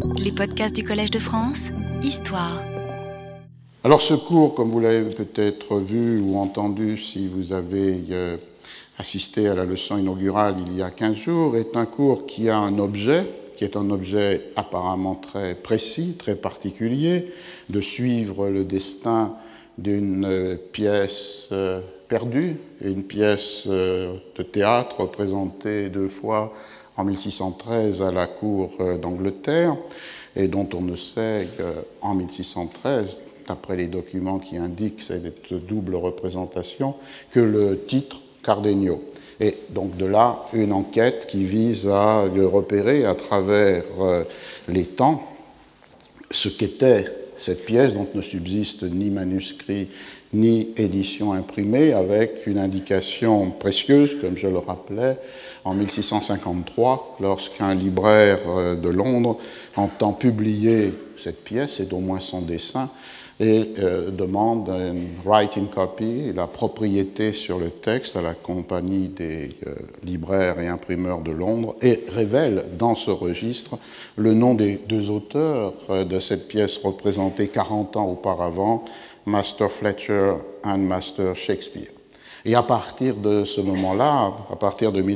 Les podcasts du Collège de France, Histoire. Alors ce cours, comme vous l'avez peut-être vu ou entendu si vous avez assisté à la leçon inaugurale il y a 15 jours, est un cours qui a un objet, qui est un objet apparemment très précis, très particulier, de suivre le destin d'une pièce perdue, une pièce de théâtre représentée 2 fois en 1613 à la cour d'Angleterre, et dont on ne sait qu'en 1613, d'après les documents qui indiquent cette double représentation, que le titre Cardenio. Et donc de là, une enquête qui vise à repérer à travers les temps ce qu'était cette pièce dont ne subsiste ni manuscrit ni édition imprimée, avec une indication précieuse, comme je le rappelais, en 1653, lorsqu'un libraire de Londres entend publier cette pièce, c'est au moins son dessin, et demande une writing copy, la propriété sur le texte à la compagnie des libraires et imprimeurs de Londres, et révèle dans ce registre le nom des 2 auteurs de cette pièce représentée 40 ans auparavant, Master Fletcher et Master Shakespeare. Et à partir de ce moment-là, à partir de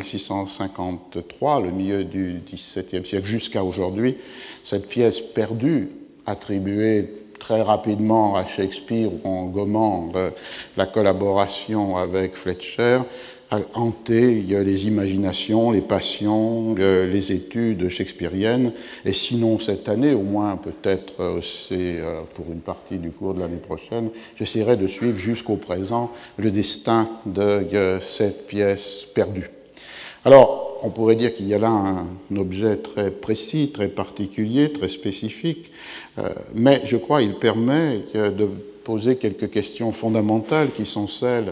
1653, le milieu du XVIIe siècle jusqu'à aujourd'hui, cette pièce perdue, attribuée très rapidement à Shakespeare en gommant la collaboration avec Fletcher, a hanté les imaginations, les passions, les études shakespeariennes. Et sinon cette année, au moins peut-être c'est pour une partie du cours de l'année prochaine, j'essaierai de suivre jusqu'au présent le destin de cette pièce perdue. Alors, on pourrait dire qu'il y a là un objet très précis, très particulier, très spécifique, mais je crois qu'il permet de poser quelques questions fondamentales qui sont celles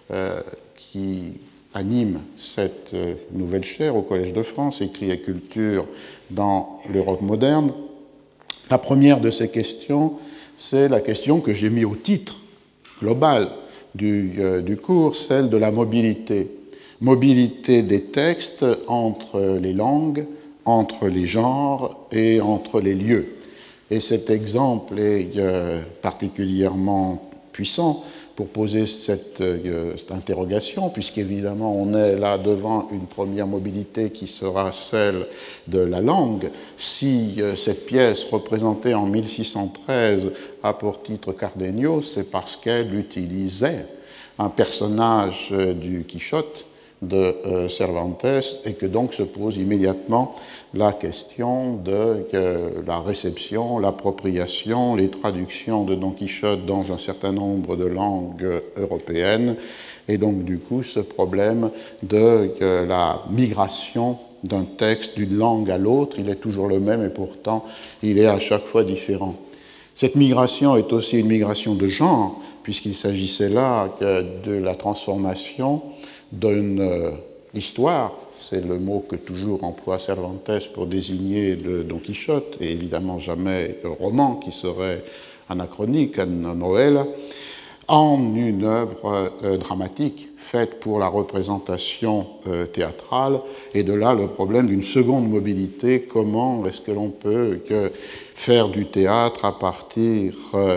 qui animent cette nouvelle chaire au Collège de France, Écrit et culture dans l'Europe moderne. La première de ces questions, c'est la question que j'ai mise au titre global du cours, celle de la mobilité. Mobilité des textes entre les langues, entre les genres et entre les lieux. Et cet exemple est particulièrement puissant pour poser cette interrogation, puisqu'évidemment on est là devant une première mobilité qui sera celle de la langue. Si cette pièce représentée en 1613 a pour titre Cardenio, c'est parce qu'elle utilisait un personnage du Quichotte de Cervantes, et que donc se pose immédiatement la question de la réception, l'appropriation, les traductions de Don Quichotte dans un certain nombre de langues européennes, et donc du coup ce problème de la migration d'un texte d'une langue à l'autre. Il est toujours le même et pourtant il est à chaque fois différent. Cette migration est aussi une migration de genre, puisqu'il s'agissait là de la transformation d'une histoire, c'est le mot que toujours emploie Cervantes pour désigner le Don Quichotte, et évidemment jamais un roman qui serait anachronique, une novella, en une œuvre dramatique faite pour la représentation théâtrale. Et de là le problème d'une seconde mobilité. Comment est-ce que l'on peut faire du théâtre à partir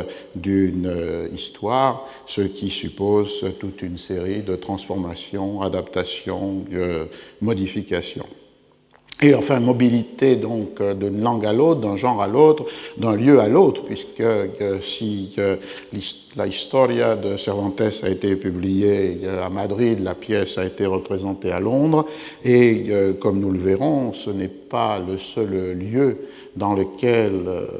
d'une histoire, ce qui suppose toute une série de transformations, adaptations, modifications. Et enfin, mobilité donc d'une langue à l'autre, d'un genre à l'autre, d'un lieu à l'autre, puisque si la Historia de Cervantes a été publiée à Madrid, la pièce a été représentée à Londres, et comme nous le verrons, ce n'est pas le seul lieu dans lequel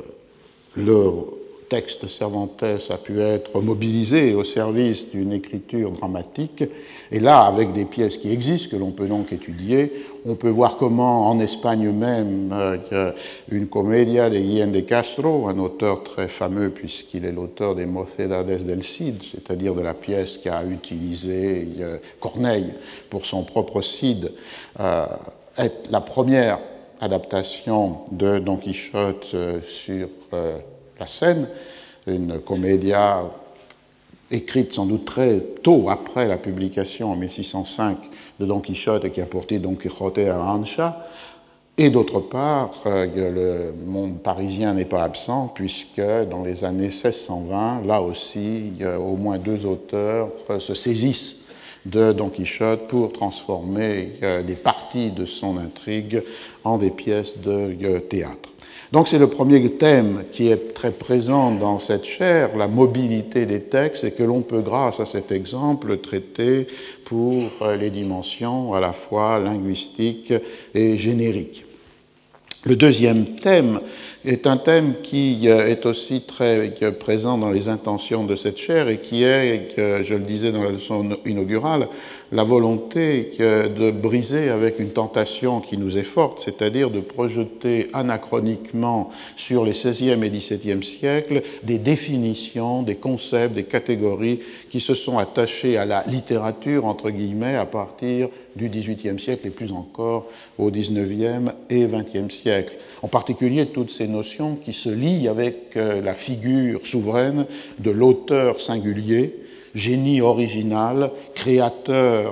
le texte de Cervantes a pu être mobilisé au service d'une écriture dramatique. Et là, avec des pièces qui existent, que l'on peut donc étudier, on peut voir comment, en Espagne même, une comédia de Guillén de Castro, un auteur très fameux puisqu'il est l'auteur des Mocedades del Cid, c'est-à-dire de la pièce qu'a utilisée Corneille pour son propre Cid, est la première adaptation de Don Quichotte sur la scène, une comédia écrite sans doute très tôt après la publication en 1605 de Don Quichotte et qui a porté Don Quijote à la Mancha. Et d'autre part, le monde parisien n'est pas absent, puisque dans les années 1620, là aussi, au moins 2 auteurs se saisissent de Don Quichotte pour transformer des parties de son intrigue en des pièces de théâtre. Donc c'est le premier thème qui est très présent dans cette chaire, la mobilité des textes, et que l'on peut, grâce à cet exemple, traiter pour les dimensions à la fois linguistiques et génériques. Le deuxième thème est un thème qui est aussi très présent dans les intentions de cette chaire et qui est, je le disais dans la leçon inaugurale, la volonté de briser avec une tentation qui nous est forte, c'est-à-dire de projeter anachroniquement sur les XVIe et XVIIe siècles des définitions, des concepts, des catégories qui se sont attachées à la littérature, entre guillemets, à partir du XVIIIe siècle et plus encore au XIXe et XXe siècle. En particulier, toutes ces notions qui se lient avec la figure souveraine de l'auteur singulier, génie original, créateur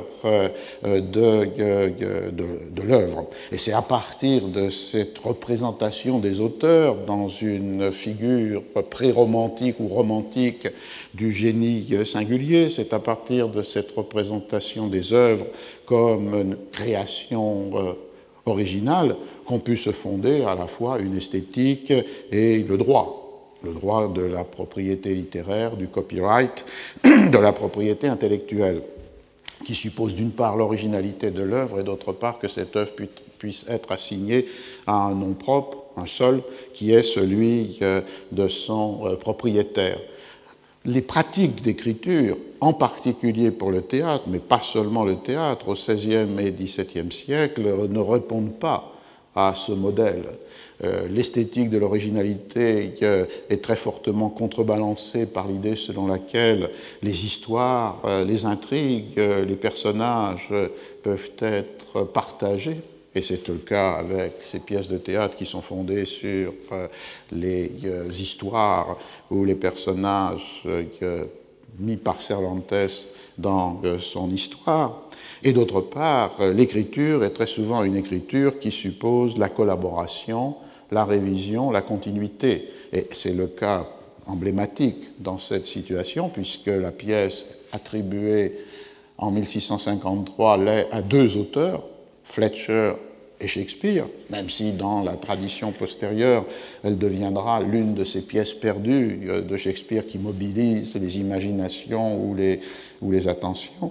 de l'œuvre. Et c'est à partir de cette représentation des auteurs dans une figure pré-romantique ou romantique du génie singulier, c'est à partir de cette représentation des œuvres comme une création originale qu'on peut se fonder à la fois une esthétique et le droit de la propriété littéraire, du copyright, de la propriété intellectuelle, qui suppose d'une part l'originalité de l'œuvre et d'autre part que cette œuvre puisse être assignée à un nom propre, un seul, qui est celui de son propriétaire. Les pratiques d'écriture, en particulier pour le théâtre, mais pas seulement le théâtre, au XVIe et XVIIe siècle, ne répondent pas à ce modèle. L'esthétique de l'originalité est très fortement contrebalancée par l'idée selon laquelle les histoires, les intrigues, les personnages peuvent être partagés. Et c'est le cas avec ces pièces de théâtre qui sont fondées sur les histoires où les personnages mis par Cervantes dans son histoire. Et d'autre part, l'écriture est très souvent une écriture qui suppose la collaboration, la révision, la continuité. Et c'est le cas emblématique dans cette situation, puisque la pièce attribuée en 1653 l'est à 2 auteurs, Fletcher et Shakespeare, même si dans la tradition postérieure, elle deviendra l'une de ces pièces perdues de Shakespeare qui mobilisent les imaginations ou les attentions.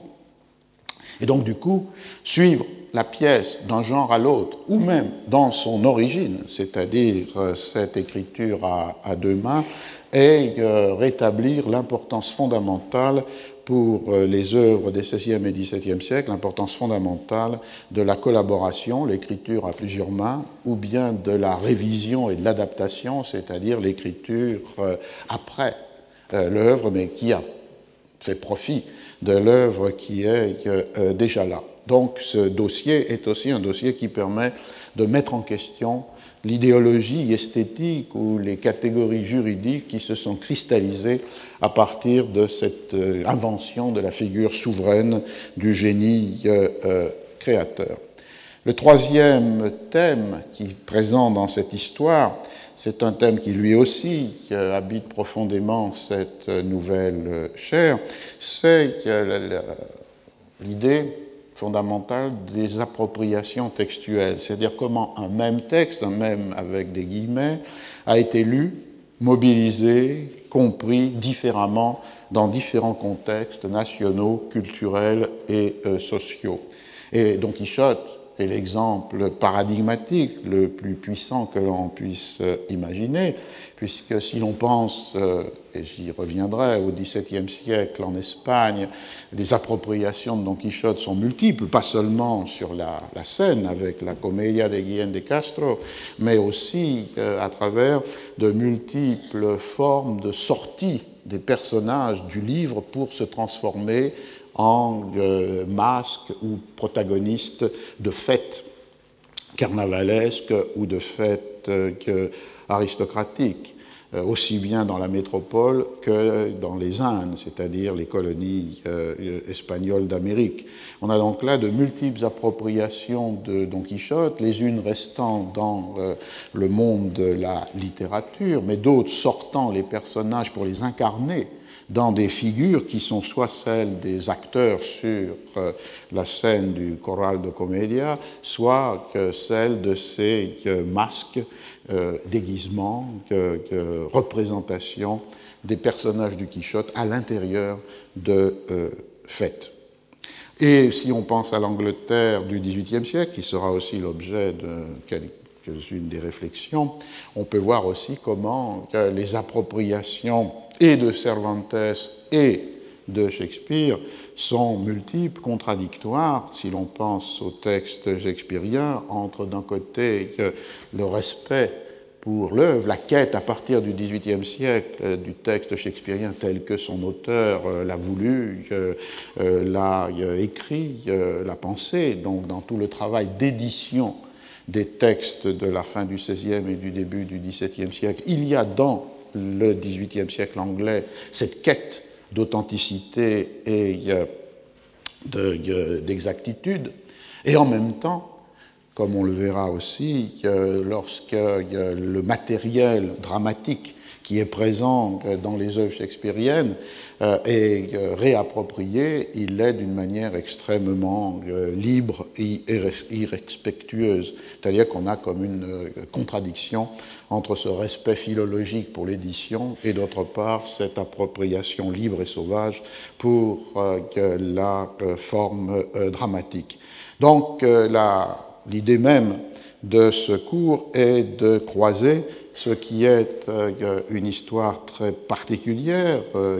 Et donc, du coup, suivre la pièce d'un genre à l'autre, ou même dans son origine, c'est-à-dire cette écriture à 2 mains, et rétablir l'importance fondamentale pour les œuvres des XVIe et XVIIe siècles, l'importance fondamentale de la collaboration, l'écriture à plusieurs mains, ou bien de la révision et de l'adaptation, c'est-à-dire l'écriture après l'œuvre, mais qui a fait profit de l'œuvre qui est déjà là. Donc ce dossier est aussi un dossier qui permet de mettre en question l'idéologie esthétique ou les catégories juridiques qui se sont cristallisées à partir de cette invention de la figure souveraine du génie créateur. Le troisième thème qui est présent dans cette histoire, c'est un thème qui lui aussi habite profondément cette nouvelle chaire, c'est l'idée fondamentale des appropriations textuelles, c'est-à-dire comment un même texte, un même avec des guillemets, a été lu, mobilisé, compris différemment dans différents contextes nationaux, culturels et sociaux. Et Don Quichotte est l'exemple paradigmatique le plus puissant que l'on puisse imaginer, puisque si l'on pense, et j'y reviendrai, au XVIIe siècle en Espagne, les appropriations de Don Quichotte sont multiples, pas seulement sur la scène avec la Comedia de Guillén de Castro, mais aussi à travers de multiples formes de sortie des personnages du livre pour se transformer en masques ou protagonistes de fêtes carnavalesques ou de fêtes aristocratiques. aussi bien dans la métropole que dans les Indes, c'est-à-dire les colonies espagnoles d'Amérique. On a donc là de multiples appropriations de Don Quichotte, les unes restant dans le monde de la littérature, mais d'autres sortant les personnages pour les incarner dans des figures qui sont soit celles des acteurs sur la scène du Corral de Comedia, soit celles de ces masques, déguisements, représentations des personnages du Quichotte à l'intérieur de fêtes. Et si on pense à l'Angleterre du XVIIIe siècle, qui sera aussi l'objet de quelques-unes des réflexions, on peut voir aussi comment les appropriations et de Cervantes et de Shakespeare sont multiples, contradictoires, si l'on pense au texte shakespearien, entre d'un côté le respect pour l'œuvre, la quête à partir du XVIIIe siècle du texte shakespearien tel que son auteur l'a voulu, l'a écrit, l'a pensé, donc dans tout le travail d'édition des textes de la fin du XVIe et du début du XVIIe siècle, il y a dans le XVIIIe siècle anglais cette quête d'authenticité et d'exactitude, et en même temps, comme on le verra aussi, lorsque le matériel dramatique qui est présent dans les œuvres shakespeariennes est réapproprié, il l'est d'une manière extrêmement libre et irrespectueuse. C'est-à-dire qu'on a comme une contradiction entre ce respect philologique pour l'édition et d'autre part cette appropriation libre et sauvage pour la forme dramatique. Donc l'idée même de ce cours est de croiser ce qui est une histoire très particulière,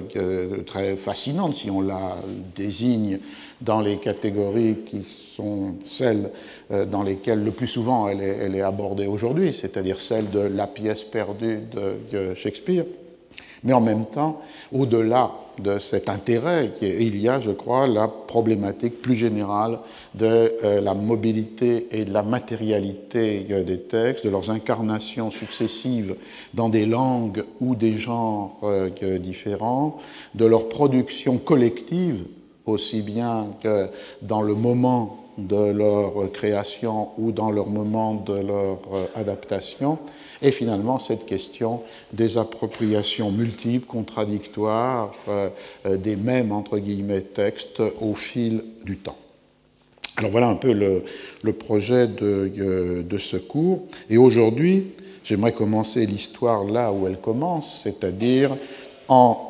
très fascinante si on la désigne dans les catégories qui sont celles dans lesquelles le plus souvent elle est abordée aujourd'hui, c'est-à-dire celle de la pièce perdue de Shakespeare. Mais en même temps, au-delà de cet intérêt, il y a, je crois, la problématique plus générale de la mobilité et de la matérialité des textes, de leurs incarnations successives dans des langues ou des genres différents, de leur production collective, aussi bien que dans le moment de leur création ou dans leur moment de leur adaptation, et finalement cette question des appropriations multiples, contradictoires, des mêmes, entre guillemets, textes au fil du temps. Alors voilà un peu le projet de ce cours. Et aujourd'hui, j'aimerais commencer l'histoire là où elle commence, c'est-à-dire en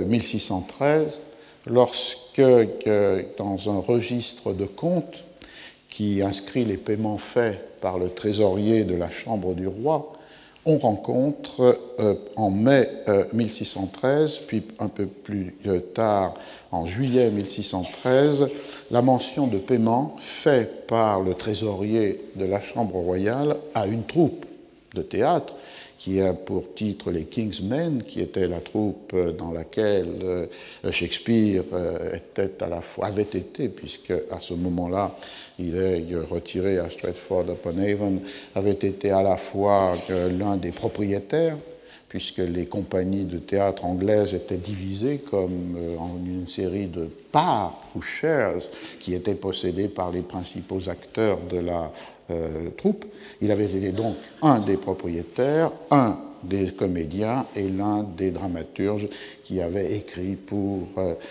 1613, lorsque, dans un registre de comptes qui inscrit les paiements faits par le trésorier de la Chambre du roi, on rencontre en mai 1613, puis un peu plus tard, en juillet 1613, la mention de paiement fait par le trésorier de la Chambre royale à une troupe de théâtre qui a pour titre les King's Men, qui était la troupe dans laquelle Shakespeare avait été, puisque à ce moment-là, il est retiré à Stratford-upon-Avon, avait été à la fois l'un des propriétaires, puisque les compagnies de théâtre anglaises étaient divisées comme en une série de parts ou shares qui étaient possédées par les principaux acteurs de la troupe. Il avait été donc un des propriétaires, un des comédiens et l'un des dramaturges qui avait écrit pour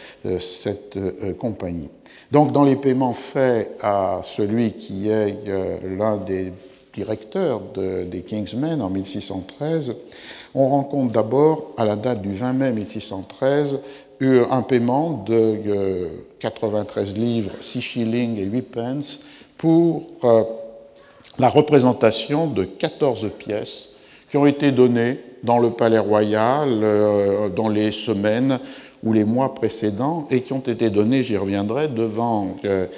cette compagnie. Donc dans les paiements faits à celui qui est l'un des directeurs des King's Men en 1613, on rencontre d'abord, à la date du 20 mai 1613, un paiement de 93 livres, 6 shillings et 8 pence pour la représentation de 14 pièces qui ont été données dans le Palais Royal dans les semaines ou les mois précédents et qui ont été données, j'y reviendrai, devant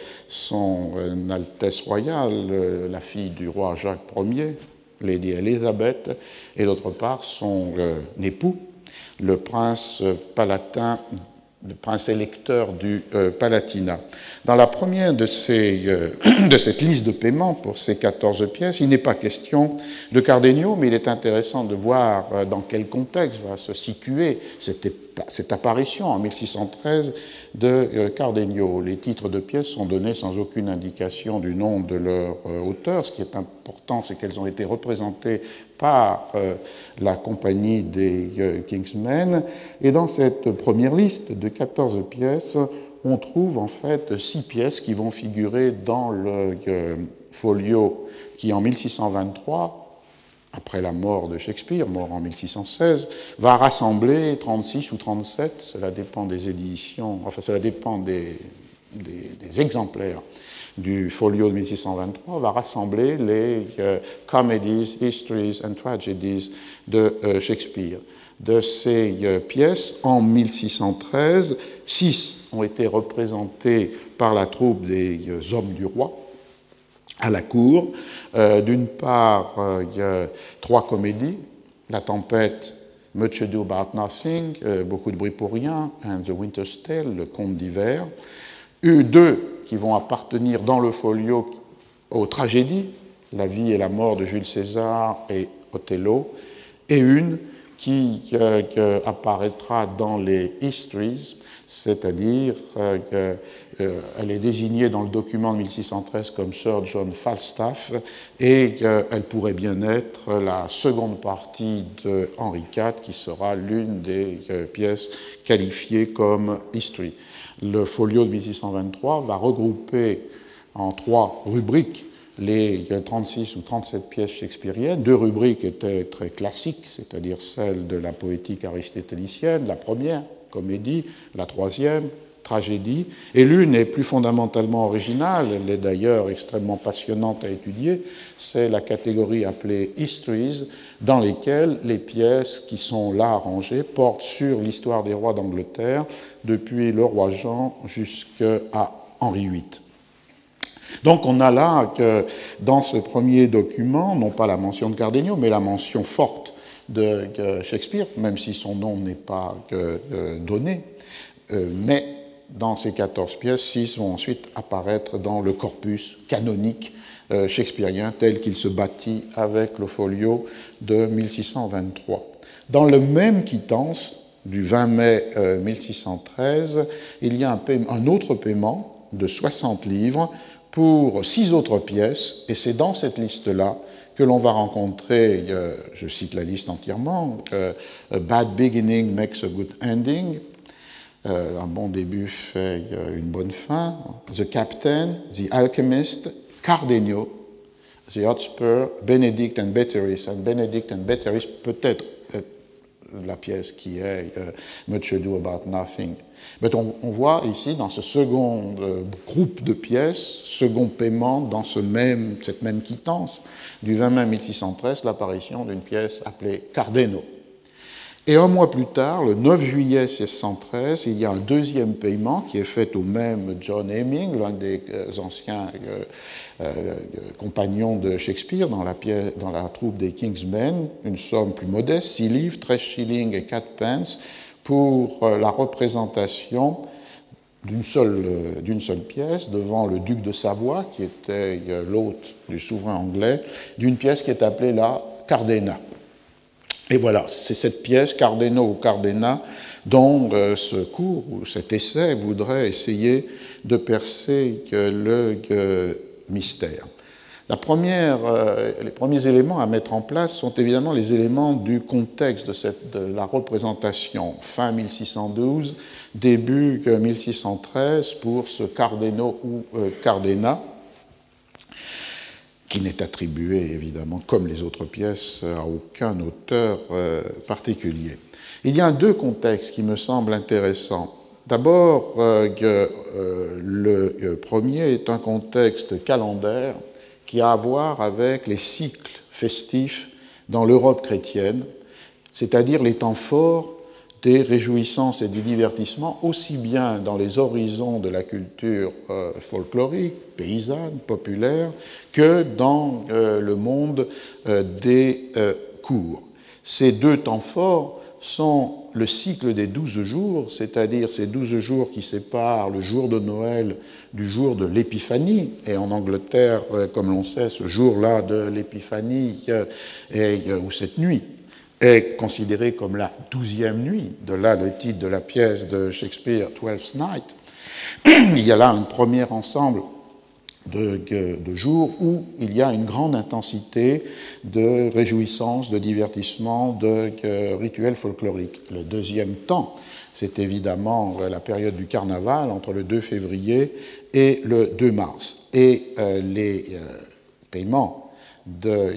son Altesse royale, la fille du roi Jacques Ier, Lady Elizabeth, et d'autre part son époux, le prince palatin le prince électeur du Palatinat. Dans la première de cette liste de paiements pour ces 14 pièces, il n'est pas question de Cardenio, mais il est intéressant de voir dans quel contexte va se situer cette apparition en 1613 de Cardenio. Les titres de pièces sont donnés sans aucune indication du nom de leur auteur. Ce qui est important, c'est qu'elles ont été représentées par la compagnie des Kingsmen. Et dans cette première liste de 14 pièces, on trouve en fait 6 pièces qui vont figurer dans le folio qui, en 1623, après la mort de Shakespeare, mort en 1616, va rassembler 36 ou 37, cela dépend des éditions, enfin cela dépend des exemplaires du folio de 1623, va rassembler les comedies, histories and tragedies de Shakespeare. De ces pièces, en 1613, 6 ont été représentées par la troupe des hommes du roi à la cour. D'une part, il y a 3 comédies, La Tempête, Much Ado About Nothing, Beaucoup de bruit pour rien, and The Winter's Tale, Le Conte d'hiver. 2 qui vont appartenir dans le folio aux tragédies, La vie et la mort de Jules César et Othello, et 1 qui apparaîtra dans les histories, c'est-à-dire qu'elle est désignée dans le document de 1613 comme Sir John Falstaff, et qu'elle pourrait bien être la seconde partie de Henri IV, qui sera l'une des pièces qualifiées comme history. Le folio de 1623 va regrouper en 3 rubriques les 36 ou 37 pièces shakespeariennes. 2 rubriques étaient très classiques, c'est-à-dire celle de la poétique aristotélicienne, la première, comédie, la troisième, tragédie, et l'une est plus fondamentalement originale, elle est d'ailleurs extrêmement passionnante à étudier, c'est la catégorie appelée Histories, dans lesquelles les pièces qui sont là rangées portent sur l'histoire des rois d'Angleterre, depuis le roi Jean jusqu'à Henri VIII. Donc on a là que dans ce premier document, non pas la mention de Cardenio, mais la mention forte de Shakespeare, même si son nom n'est pas donné, mais dans ces 14 pièces, 6 vont ensuite apparaître dans le corpus canonique shakespearien tel qu'il se bâtit avec le folio de 1623. Dans le même quittance du 20 mai 1613, il y a un autre paiement de 60 livres pour 6 autres pièces, et c'est dans cette liste-là que l'on va rencontrer, je cite la liste entièrement, A Bad Beginning Makes a Good Ending, un bon début fait une bonne fin, The Captain, The Alchemist, Cardenio, The Hotspur, Benedict and Betteris. And Benedict and Betteris peut-être la pièce qui est Much Ado About Nothing. Mais on voit ici, dans ce second groupe de pièces, second paiement, dans cette même quittance, du 20 mai 1613, l'apparition d'une pièce appelée Cardenio. Et un mois plus tard, le 9 juillet 1613, il y a un deuxième paiement qui est fait au même John Hemming, l'un des anciens compagnons de Shakespeare dans la troupe des Kingsmen, une somme plus modeste, 6 livres, 13 shillings et 4 pence, pour la représentation d'une seule pièce devant le duc de Savoie, qui était l'hôte du souverain anglais, d'une pièce qui est appelée la Cardena. Et voilà, c'est cette pièce, Cardenio ou Cardena, dont ce cours, ou cet essai, voudrait essayer de percer le mystère. Les premiers éléments à mettre en place sont évidemment les éléments du contexte de la représentation, fin 1612, début 1613, pour ce Cardenio ou Cardena, qui n'est attribué, évidemment, comme les autres pièces, à aucun auteur particulier. Il y a 2 contextes qui me semblent intéressants. D'abord, le premier est un contexte calendaire qui a à voir avec les cycles festifs dans l'Europe chrétienne, c'est-à-dire les temps forts des réjouissances et du divertissement, aussi bien dans les horizons de la culture folklorique, paysanne, populaire, que dans le monde des cours. Ces 2 temps forts sont le cycle des 12 jours, c'est-à-dire ces 12 jours qui séparent le jour de Noël du jour de l'Épiphanie. Et en Angleterre, comme l'on sait, ce jour-là de l'Épiphanie, ou cette nuit, est considérée comme la 12e nuit. De là le titre de la pièce de Shakespeare, Twelfth Night. Il y a là un premier ensemble de jours où il y a une grande intensité de réjouissance, de divertissement, de rituels folkloriques. Le deuxième temps, c'est évidemment la période du carnaval entre le 2 février et le 2 mars. Et les paiements de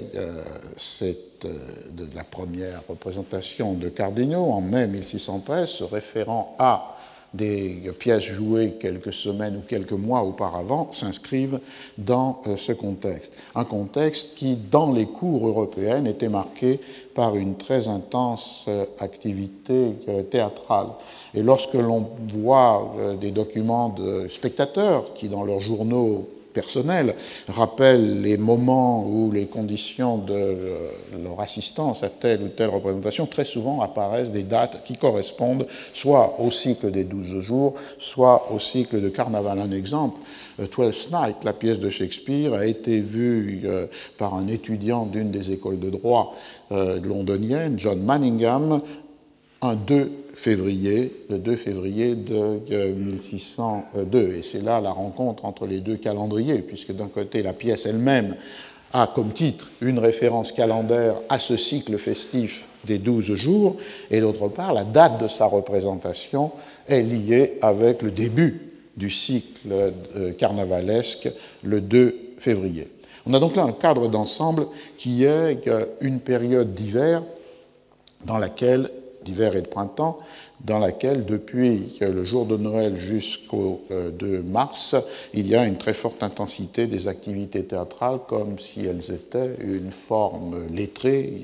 la première représentation de Cardenio en mai 1613, se référant à des pièces jouées quelques semaines ou quelques mois auparavant, s'inscrivent dans ce contexte. Un contexte qui, dans les cours européennes, était marqué par une très intense activité théâtrale. Et lorsque l'on voit des documents de spectateurs qui, dans leurs journaux personnels, rappellent les moments ou les conditions de leur assistance à telle ou telle représentation, très souvent apparaissent des dates qui correspondent soit au cycle des 12 jours, soit au cycle de carnaval. Un exemple, Twelfth Night, la pièce de Shakespeare, a été vue par un étudiant d'une des écoles de droit londoniennes, John Manningham, le 2 février de 1602. Et c'est là la rencontre entre les deux calendriers, puisque d'un côté, la pièce elle-même a comme titre une référence calendaire à ce cycle festif des 12 jours, et d'autre part, la date de sa représentation est liée avec le début du cycle carnavalesque, le 2 février. On a donc là un cadre d'ensemble qui est une période d'hiver d'hiver et de printemps, dans laquelle, depuis le jour de Noël jusqu'au 2 mars, il y a une très forte intensité des activités théâtrales, comme si elles étaient une forme lettrée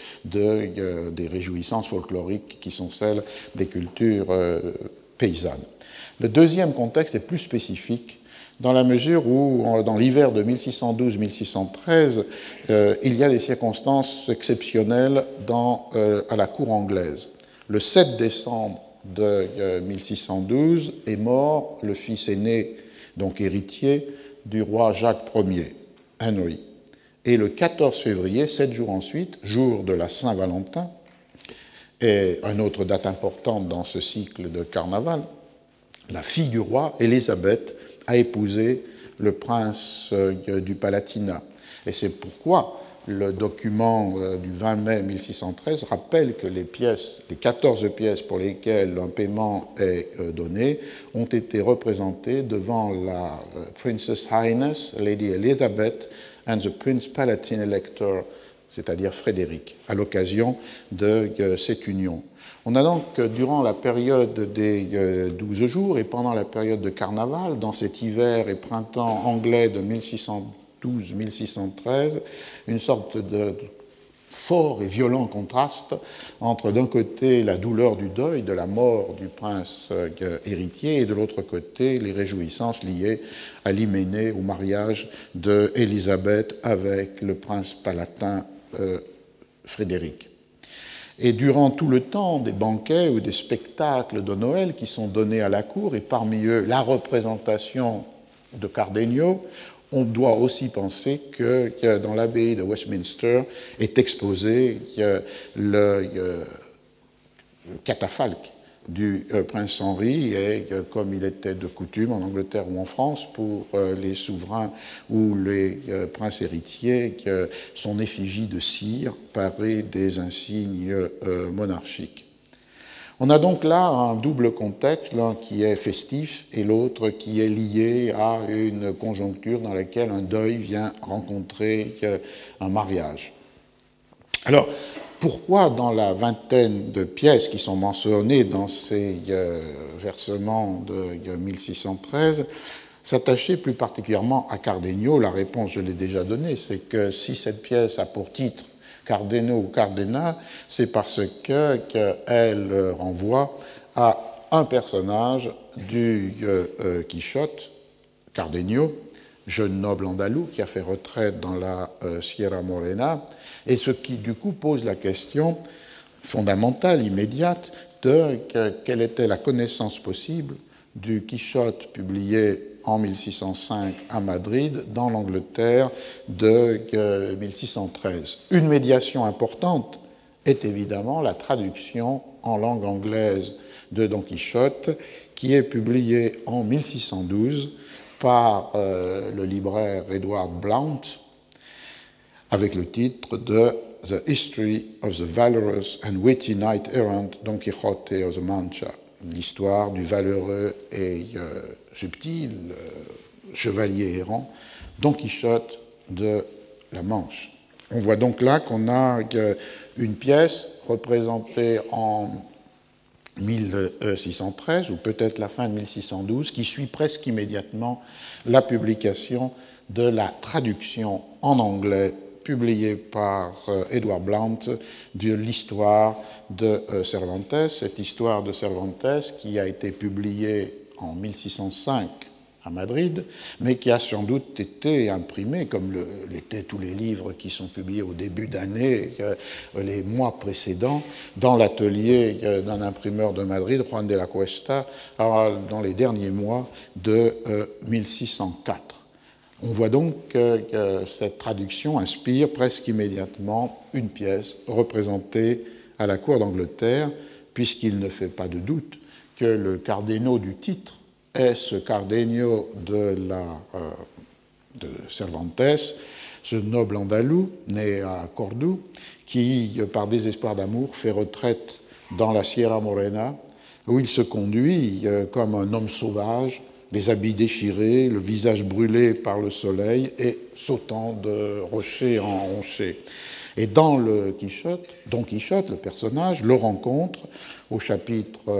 des réjouissances folkloriques qui sont celles des cultures paysannes. Le deuxième contexte est plus spécifique, dans la mesure où, dans l'hiver de 1612-1613, il y a des circonstances exceptionnelles à la cour anglaise. Le 7 décembre de 1612 est mort le fils aîné, donc héritier, du roi Jacques Ier, Henry. Et le 14 février, 7 jours ensuite, jour de la Saint-Valentin, et une autre date importante dans ce cycle de carnaval, la fille du roi, Élisabeth, a épousé le prince du Palatinat. Et c'est pourquoi le document du 20 mai 1613 rappelle que les 14 pièces pour lesquelles un paiement est donné ont été représentées devant la Princess Highness, Lady Elizabeth, and the Prince Palatine Elector, c'est-à-dire Frédéric, à l'occasion de cette union. On a donc, durant la période des 12 jours et pendant la période de carnaval, dans cet hiver et printemps anglais de 1612-1613, une sorte de fort et violent contraste entre, d'un côté, la douleur du deuil, de la mort du prince héritier, et de l'autre côté, les réjouissances liées à l'hyménée, au mariage d'Élisabeth avec le prince palatin Frédéric. Et durant tout le temps des banquets ou des spectacles de Noël qui sont donnés à la cour, et parmi eux la représentation de Cardenio, on doit aussi penser que dans l'abbaye de Westminster est exposé le catafalque du prince Henri, et comme il était de coutume en Angleterre ou en France pour les souverains ou les princes héritiers, son effigie de cire parée des insignes monarchiques. On a donc là un double contexte, l'un qui est festif et l'autre qui est lié à une conjoncture dans laquelle un deuil vient rencontrer un mariage. Alors, pourquoi dans la vingtaine de pièces qui sont mentionnées dans ces versements de 1613 s'attacher plus particulièrement à Cardenio? La réponse, je l'ai déjà donnée, c'est que si cette pièce a pour titre Cardenio ou Cardena, c'est parce qu'elle renvoie à un personnage du Quichotte, Cardenio, jeune noble andalou qui a fait retraite dans la Sierra Morena, et ce qui du coup pose la question fondamentale, immédiate, de quelle était la connaissance possible du Quichotte publié en 1605 à Madrid, dans l'Angleterre de 1613. Une médiation importante est évidemment la traduction en langue anglaise de Don Quichotte, qui est publiée en 1612 par le libraire Edward Blount, avec le titre de The History of the Valorous and Witty Knight Errant Don Quixote of the Mancha, l'histoire du valeureux et subtil chevalier errant Don Quichotte de la Manche. On voit donc là qu'on a une pièce représentée en 1613 ou peut-être la fin de 1612 qui suit presque immédiatement la publication de la traduction en anglais publiée par Edward Blount de l'histoire de Cervantes, cette histoire de Cervantes qui a été publiée en 1605 à Madrid, mais qui a sans doute été imprimée, comme l'étaient tous les livres qui sont publiés au début d'année, les mois précédents, dans l'atelier d'un imprimeur de Madrid, Juan de la Cuesta, dans les derniers mois de 1604. On voit donc que cette traduction inspire presque immédiatement une pièce représentée à la cour d'Angleterre, puisqu'il ne fait pas de doute que le Cardenio du titre est ce Cardenio de Cervantes, ce noble andalou né à Cordoue, qui, par désespoir d'amour, fait retraite dans la Sierra Morena, où il se conduit comme un homme sauvage, les habits déchirés, le visage brûlé par le soleil et sautant de rocher en rocher. Et dans le Quichotte, Don Quichotte, le personnage, le rencontre au chapitre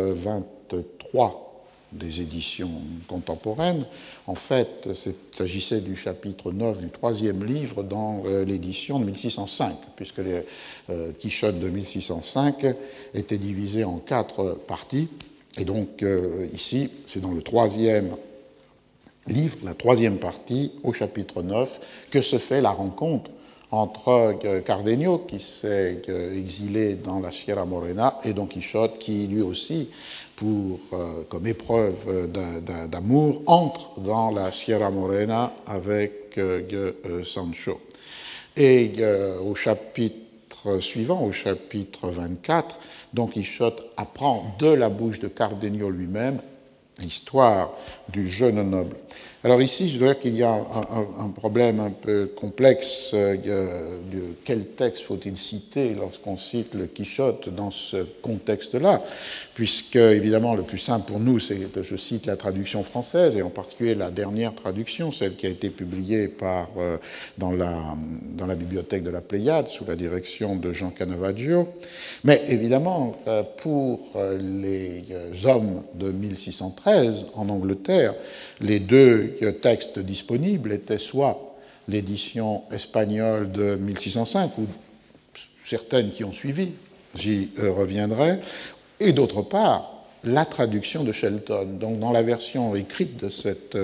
23 des éditions contemporaines. En fait, il s'agissait du chapitre 9 du troisième livre dans l'édition de 1605, puisque les Quichotte de 1605 étaient divisés en 4 parties. Et donc, ici, c'est dans le troisième livre, la troisième partie, au chapitre 9, que se fait la rencontre entre Cardenio, qui s'est exilé dans la Sierra Morena, et Don Quichotte, qui lui aussi, comme épreuve d'amour, entre dans la Sierra Morena avec Sancho. Et au chapitre suivant, au chapitre 24, Don Quichotte apprend de la bouche de Cardenio lui-même l'histoire du jeune noble. Alors ici, je dois dire qu'il y a un problème un peu complexe de quel texte faut-il citer lorsqu'on cite le Quichotte dans ce contexte-là, puisque évidemment le plus simple pour nous, c'est que je cite la traduction française, et en particulier la dernière traduction, celle qui a été publiée dans la bibliothèque de la Pléiade, sous la direction de Jean Canavaggio. Mais évidemment, pour les hommes de 1613 en Angleterre, les deux textes disponibles étaient soit l'édition espagnole de 1605, ou certaines qui ont suivi, j'y reviendrai, et d'autre part, la traduction de Shelton. Donc, dans la version écrite de cet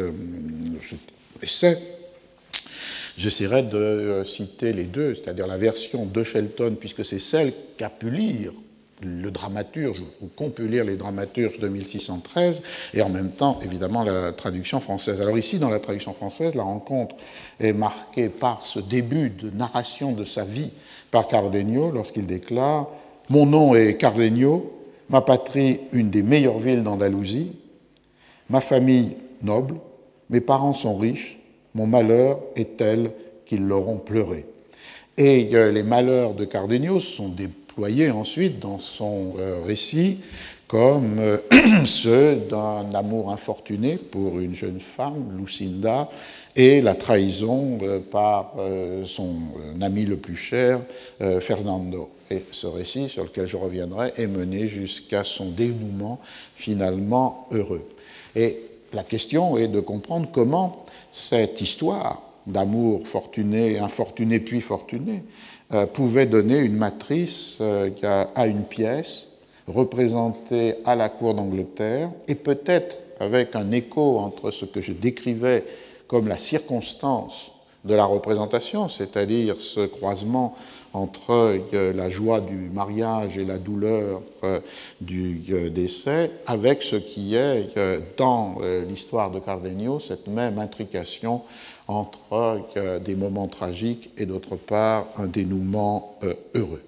essai, j'essaierai de citer les deux, c'est-à-dire la version de Shelton, puisque c'est celle qu'a pu lire le dramaturge, ou qu'ont pu lire les dramaturges de 1613, et en même temps, évidemment, la traduction française. Alors ici, dans la traduction française, la rencontre est marquée par ce début de narration de sa vie par Cardenio, lorsqu'il déclare « Mon nom est Cardenio, ma patrie une des meilleures villes d'Andalousie, ma famille noble, mes parents sont riches, mon malheur est tel qu'ils l'auront pleuré. » Et les malheurs de Cardenio sont déployés ensuite dans son récit comme ceux d'un amour infortuné pour une jeune femme, Lucinda, et la trahison par son ami le plus cher, Fernando. Et ce récit, sur lequel je reviendrai, est mené jusqu'à son dénouement finalement heureux. Et la question est de comprendre comment cette histoire d'amour fortuné, infortuné puis fortuné, pouvait donner une matrice à une pièce représentée à la cour d'Angleterre, et peut-être avec un écho entre ce que je décrivais comme la circonstance de la représentation, c'est-à-dire ce croisement entre la joie du mariage et la douleur du décès, avec ce qui est, dans l'histoire de Cardenio, cette même intrication entre des moments tragiques et d'autre part un dénouement heureux.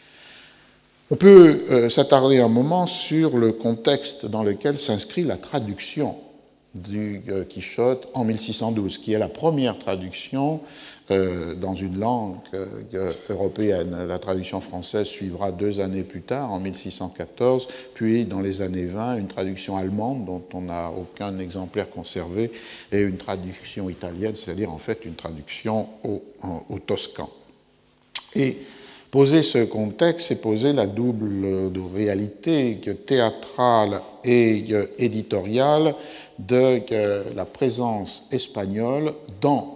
On peut s'attarder un moment sur le contexte dans lequel s'inscrit la traduction du Quichotte en 1612, qui est la première traduction dans une langue européenne. La traduction française suivra 2 années plus tard, en 1614, puis dans les années 20, une traduction allemande dont on n'a aucun exemplaire conservé, et une traduction italienne, c'est-à-dire en fait une traduction au toscan. Et poser ce contexte, c'est poser la double réalité théâtrale et éditoriale de la présence espagnole dans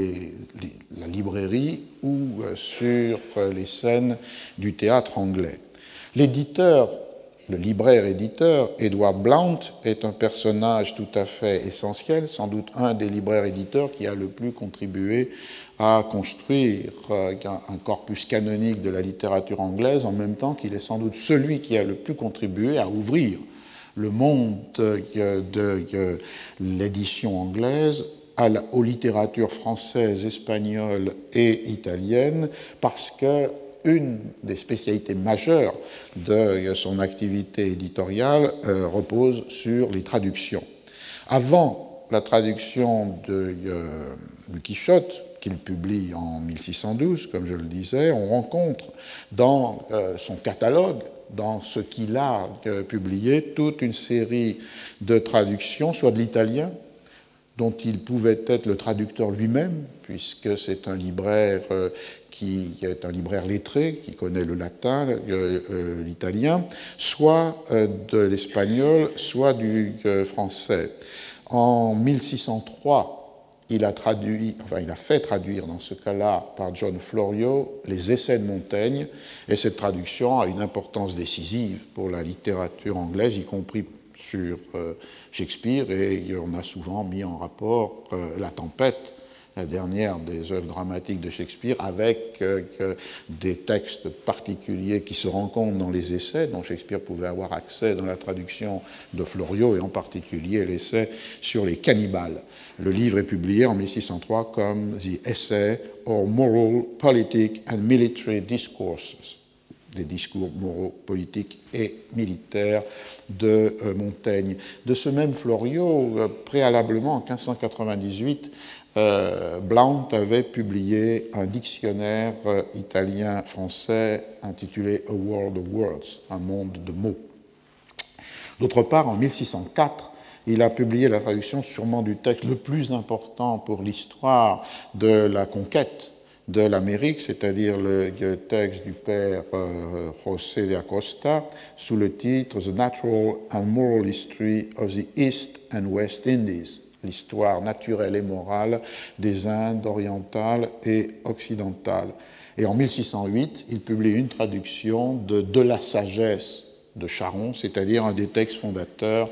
la librairie ou sur les scènes du théâtre anglais. L'éditeur, le libraire-éditeur, Edward Blount, est un personnage tout à fait essentiel, sans doute un des libraires-éditeurs qui a le plus contribué à construire un corpus canonique de la littérature anglaise, en même temps qu'il est sans doute celui qui a le plus contribué à ouvrir le monde de l'édition anglaise aux littératures françaises, espagnoles et italiennes, parce que une des spécialités majeures de son activité éditoriale repose sur les traductions. Avant la traduction du Quichotte, qu'il publie en 1612, comme je le disais, on rencontre dans son catalogue, dans ce qu'il a publié, toute une série de traductions, soit de l'italien, dont il pouvait être le traducteur lui-même, puisque c'est un libraire qui est un libraire lettré, qui connaît le latin, l'italien, soit de l'espagnol, soit du français. En 1603, il a fait traduire dans ce cas-là par John Florio les Essais de Montaigne, et cette traduction a une importance décisive pour la littérature anglaise, y compris sur Shakespeare, et on a souvent mis en rapport La Tempête, la dernière des œuvres dramatiques de Shakespeare, avec des textes particuliers qui se rencontrent dans les essais dont Shakespeare pouvait avoir accès dans la traduction de Florio, et en particulier l'essai sur les cannibales. Le livre est publié en 1603 comme The Essay or Moral, Politic and Military Discourses, des discours moraux, politiques et militaires de Montaigne. De ce même Florio, préalablement en 1598, Blount avait publié un dictionnaire italien-français intitulé A World of Words, un monde de mots. D'autre part, en 1604, il a publié la traduction sûrement du texte le plus important pour l'histoire de la conquête de l'Amérique, c'est-à-dire le texte du père José de Acosta, sous le titre The Natural and Moral History of the East and West Indies, l'histoire naturelle et morale des Indes orientales et occidentales. Et en 1608, il publie une traduction de la sagesse de Charon, c'est-à-dire un des textes fondateurs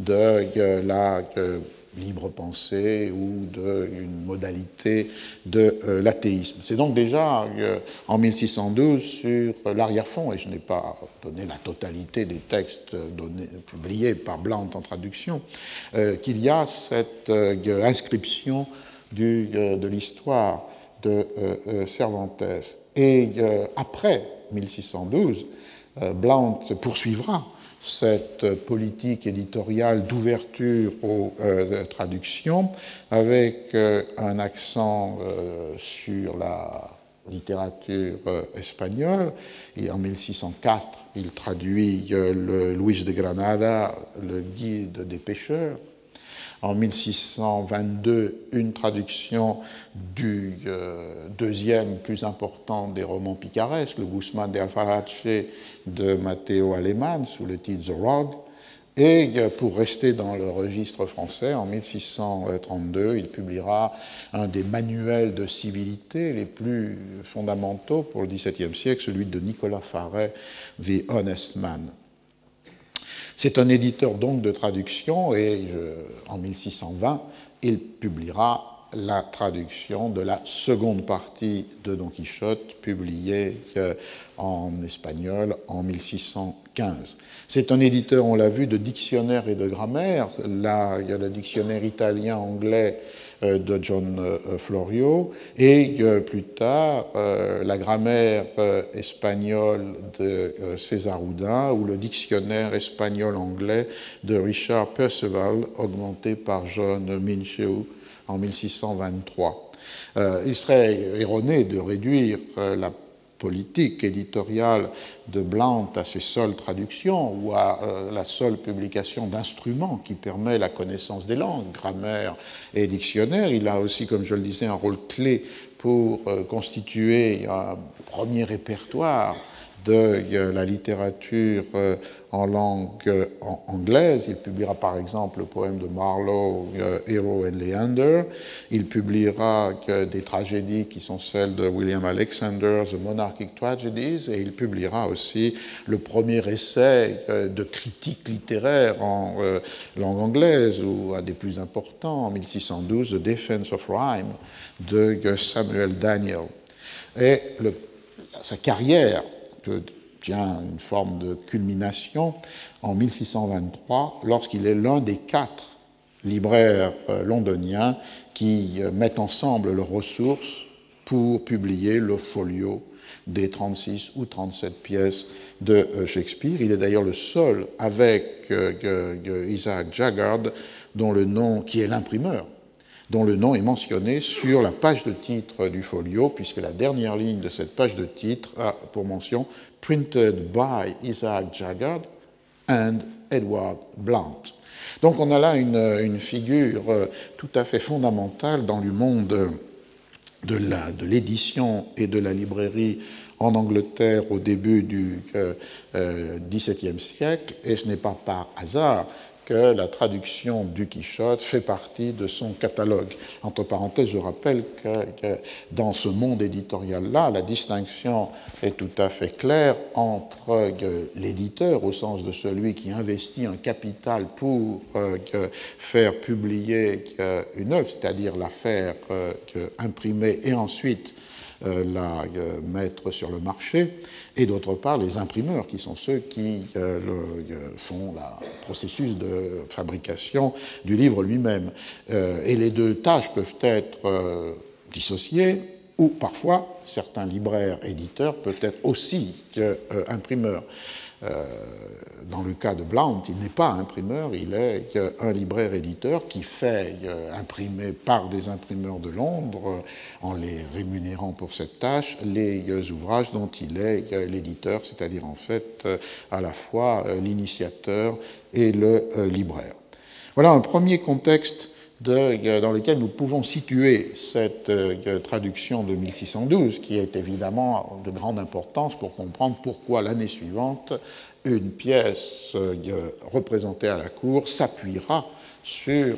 de la libre pensée ou d'une modalité de l'athéisme. C'est donc déjà en 1612 sur l'arrière-fond, et je n'ai pas donné la totalité des textes publiés par Blount en traduction, qu'il y a cette inscription de l'histoire de Cervantes. Et après 1612, Blount poursuivra cette politique éditoriale d'ouverture aux traductions avec un accent sur la littérature espagnole. Et en 1604, il traduit le Luis de Granada, le guide des pêcheurs. En 1622, une traduction du deuxième plus important des romans picaresques, le Guzmán de Alfarache de Matteo Alemán, sous le titre The Rogue. Et pour rester dans le registre français, en 1632, il publiera un des manuels de civilité les plus fondamentaux pour le XVIIe siècle, celui de Nicolas Faret, The Honest Man. C'est un éditeur donc de traduction, et en 1620, il publiera la traduction de la seconde partie de Don Quichotte, publiée en espagnol en 1615. C'est un éditeur, on l'a vu, de dictionnaires et de grammaire. Là, il y a le dictionnaire italien-anglais de John Florio, et plus tard, la grammaire espagnole de César Houdin, ou le dictionnaire espagnol-anglais de Richard Perceval, augmenté par John Minshew en 1623. Il serait erroné de réduire la politique éditoriale de Blount à ses seules traductions ou à la seule publication d'instruments qui permet la connaissance des langues, grammaire et dictionnaire. Il a aussi, comme je le disais, un rôle clé pour constituer un premier répertoire de la littérature en langue anglaise. Il publiera par exemple le poème de Marlowe, Hero and Leander. Il publiera des tragédies qui sont celles de William Alexander, The Monarchic Tragedies, et il publiera aussi le premier essai de critique littéraire en langue anglaise, ou un des plus importants, en 1612, The Defense of Rhyme, de Samuel Daniel. Et sa carrière tient une forme de culmination en 1623, lorsqu'il est l'un des 4 libraires londoniens qui mettent ensemble leurs ressources pour publier le folio des 36 ou 37 pièces de Shakespeare. Il est d'ailleurs le seul, avec Isaac Jaggard, dont le nom, qui est l'imprimeur, dont le nom est mentionné sur la page de titre du folio, puisque la dernière ligne de cette page de titre a pour mention « Printed by Isaac Jaggard and Edward Blount ». Donc on a là une figure tout à fait fondamentale dans le monde de l'édition et de la librairie en Angleterre au début du XVIIe siècle, et ce n'est pas par hasard que la traduction du Quichotte fait partie de son catalogue. Entre parenthèses, je rappelle que dans ce monde éditorial-là, la distinction est tout à fait claire entre l'éditeur, au sens de celui qui investit un capital pour faire publier une œuvre, c'est-à-dire la faire imprimer et ensuite la mettre sur le marché, et d'autre part les imprimeurs qui sont ceux qui font le processus de fabrication du livre lui-même. Et les deux tâches peuvent être dissociées, ou parfois certains libraires éditeurs peuvent être aussi imprimeurs. Dans le cas de Blount, il n'est pas imprimeur, il est un libraire-éditeur qui fait imprimer par des imprimeurs de Londres, en les rémunérant pour cette tâche, les ouvrages dont il est l'éditeur, c'est-à-dire en fait à la fois l'initiateur et le libraire. Voilà un premier contexte dans lequel nous pouvons situer cette traduction de 1612, qui est évidemment de grande importance pour comprendre pourquoi l'année suivante, une pièce représentée à la cour s'appuiera sur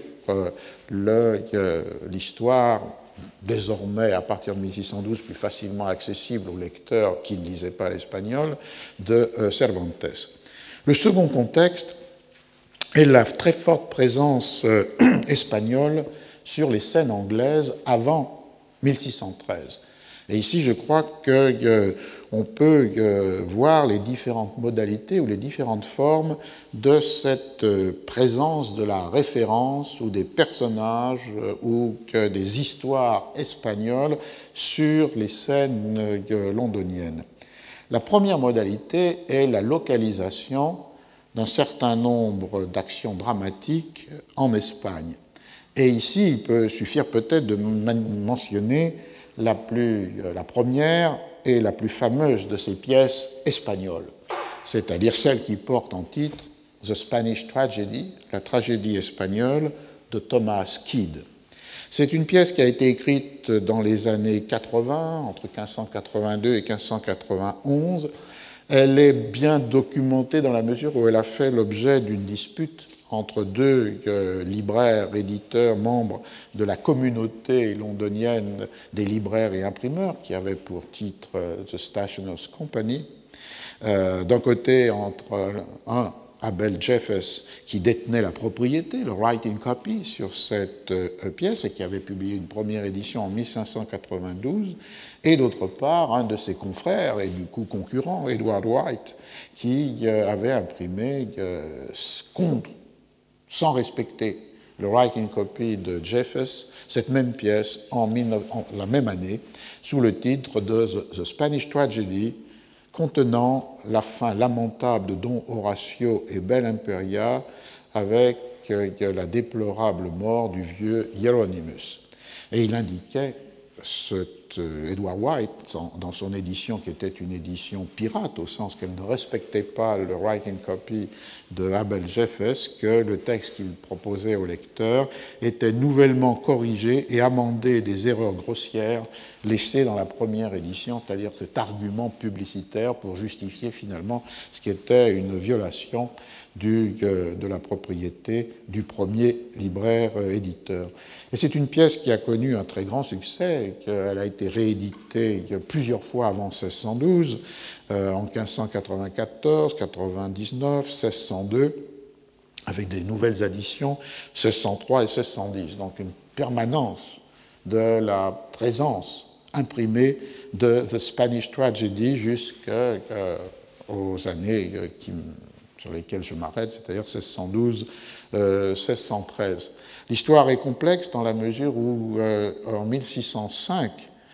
l'histoire, désormais à partir de 1612 plus facilement accessible aux lecteurs qui ne lisaient pas l'espagnol, de Cervantes. Le second contexte est la très forte présence espagnole sur les scènes anglaises avant 1613. Et ici, je crois qu'on peut voir les différentes modalités ou les différentes formes de cette présence de la référence ou des personnages ou des histoires espagnoles sur les scènes londoniennes. La première modalité est la localisation d'un certain nombre d'actions dramatiques en Espagne. Et ici, il peut suffire peut-être de mentionner la première et la plus fameuse de ces pièces espagnoles, c'est-à-dire celle qui porte en titre The Spanish Tragedy, la tragédie espagnole de Thomas Kyd. C'est une pièce qui a été écrite dans les années 80, entre 1582 et 1591. Elle est bien documentée dans la mesure où elle a fait l'objet d'une dispute entre deux libraires, éditeurs, membres de la communauté londonienne des libraires et imprimeurs, qui avait pour titre The Stationers' Company. D'un côté, entre un Abel Jeffers, qui détenait la propriété, le writing copy, sur cette pièce et qui avait publié une première édition en 1592, et d'autre part un de ses confrères et du coup concurrent, Edward White, qui avait imprimé contre, sans respecter le writing copy de Jeffers, cette même pièce en la même année, sous le titre de The Spanish Tragedy, contenant la fin lamentable de Don Horacio et Belle Imperia avec la déplorable mort du vieux Hieronymus. Et il indiquait, Edward White, dans son édition qui était une édition pirate, au sens qu'elle ne respectait pas le writing copy de Abel Jeffers, que le texte qu'il proposait au lecteur était nouvellement corrigé et amendé des erreurs grossières laissées dans la première édition, c'est-à-dire cet argument publicitaire pour justifier finalement ce qui était une violation de la propriété du premier libraire éditeur. Et c'est une pièce qui a connu un très grand succès, qu'elle a été rééditée plusieurs fois avant 1612, en 1594, 99, 1602, avec des nouvelles éditions, 1603 et 1610. Donc une permanence de la présence imprimée de The Spanish Tragedy jusqu'aux années sur lesquelles je m'arrête, c'est-à-dire 1612, 1613. L'histoire est complexe dans la mesure où, en 1605,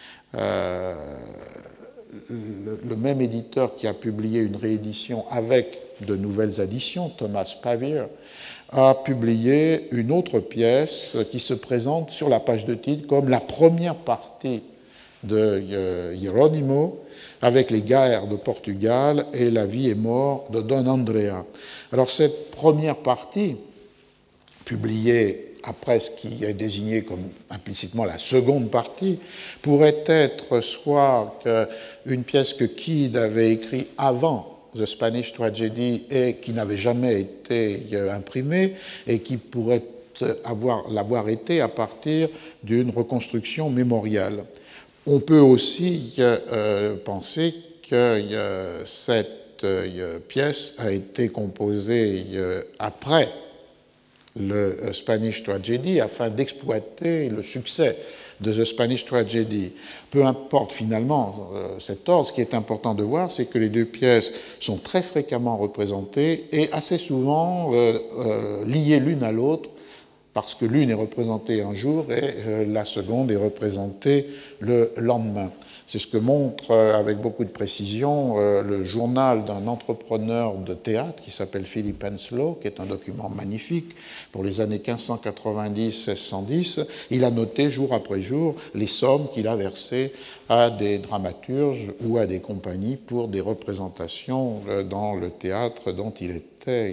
le même éditeur qui a publié une réédition avec de nouvelles éditions, Thomas Pavier, a publié une autre pièce qui se présente sur la page de titre comme la première partie de Hieronymo, avec les guerres de Portugal et la vie et mort de Don Andrea. Alors cette première partie, publiée après ce qui est désigné comme implicitement la seconde partie, pourrait être soit une pièce que Kidd avait écrite avant The Spanish Tragedy et qui n'avait jamais été imprimée et qui pourrait l'avoir été à partir d'une reconstruction mémoriale. On peut aussi penser que cette pièce a été composée après le Spanish Tragedy afin d'exploiter le succès de The Spanish Tragedy. Peu importe finalement cet ordre, ce qui est important de voir, c'est que les deux pièces sont très fréquemment représentées et assez souvent liées l'une à l'autre, parce que l'une est représentée un jour et la seconde est représentée le lendemain. C'est ce que montre avec beaucoup de précision le journal d'un entrepreneur de théâtre qui s'appelle Philip Henslow, qui est un document magnifique pour les années 1590-1610. Il a noté jour après jour les sommes qu'il a versées à des dramaturges ou à des compagnies pour des représentations dans le théâtre dont il était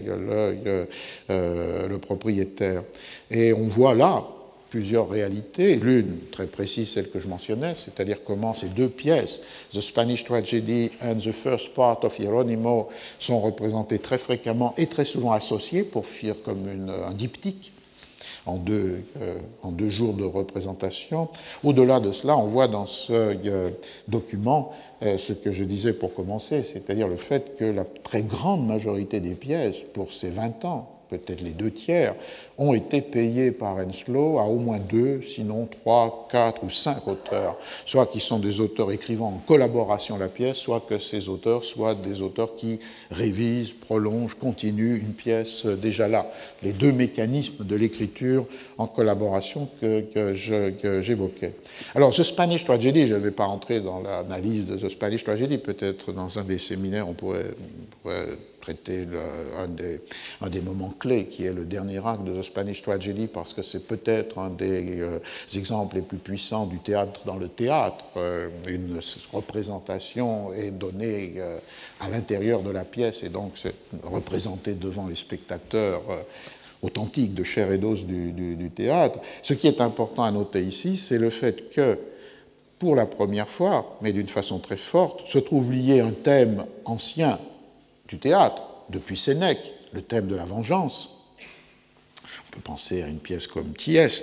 le propriétaire. Et on voit là plusieurs réalités, l'une très précise, celle que je mentionnais, c'est-à-dire comment ces deux pièces, The Spanish Tragedy and the First Part of Hieronymo, sont représentées très fréquemment et très souvent associées pour faire comme un diptyque en deux jours de représentation. Au-delà de cela, on voit dans ce document ce que je disais pour commencer, c'est-à-dire le fait que la très grande majorité des pièces, pour ces 20 ans, peut-être les 2/3, ont été payés par Henslow à au moins 2, sinon 3, 4 ou 5 auteurs, soit qui sont des auteurs écrivant en collaboration la pièce, soit que ces auteurs soient des auteurs qui révisent, prolongent, continuent une pièce déjà là. Les deux mécanismes de l'écriture en collaboration que j'évoquais. Alors, The Spanish Tragedy, je ne vais pas entrer dans l'analyse de The Spanish Tragedy, peut-être dans un des séminaires on pourrait traiter un des moments clés qui est le dernier acte de The Spanish Tragedy, parce que c'est peut-être un des exemples les plus puissants du théâtre dans le théâtre. Une représentation est donnée à l'intérieur de la pièce et donc c'est représenté devant les spectateurs authentiques de chair et d'os du théâtre. Ce qui est important à noter ici, c'est le fait que pour la première fois, mais d'une façon très forte, se trouve lié un thème ancien du théâtre, depuis Sénèque, le thème de la vengeance. On peut penser à une pièce comme Thieste,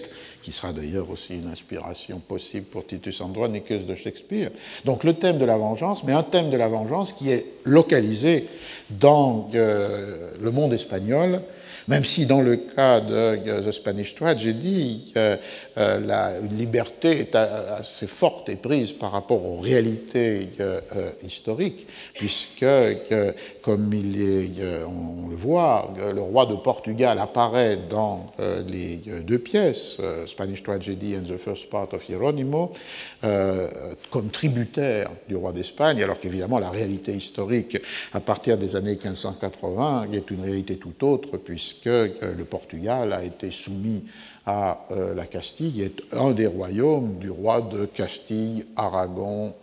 qui sera d'ailleurs aussi une inspiration possible pour Titus Andronicus de Shakespeare. Donc le thème de la vengeance, mais un thème de la vengeance qui est localisé dans le monde espagnol, même si dans le cas de The Spanish Tragedy, une liberté est assez forte et prise par rapport aux réalités historiques, puisque, comme on le voit, le roi de Portugal apparaît dans les deux pièces, Spanish Tragedy and the First Part of Hieronymo, comme tributaire du roi d'Espagne, alors qu'évidemment la réalité historique à partir des années 1580 est une réalité tout autre, puisque le Portugal a été soumis à la Castille, est un des royaumes du roi de Castille, Aragon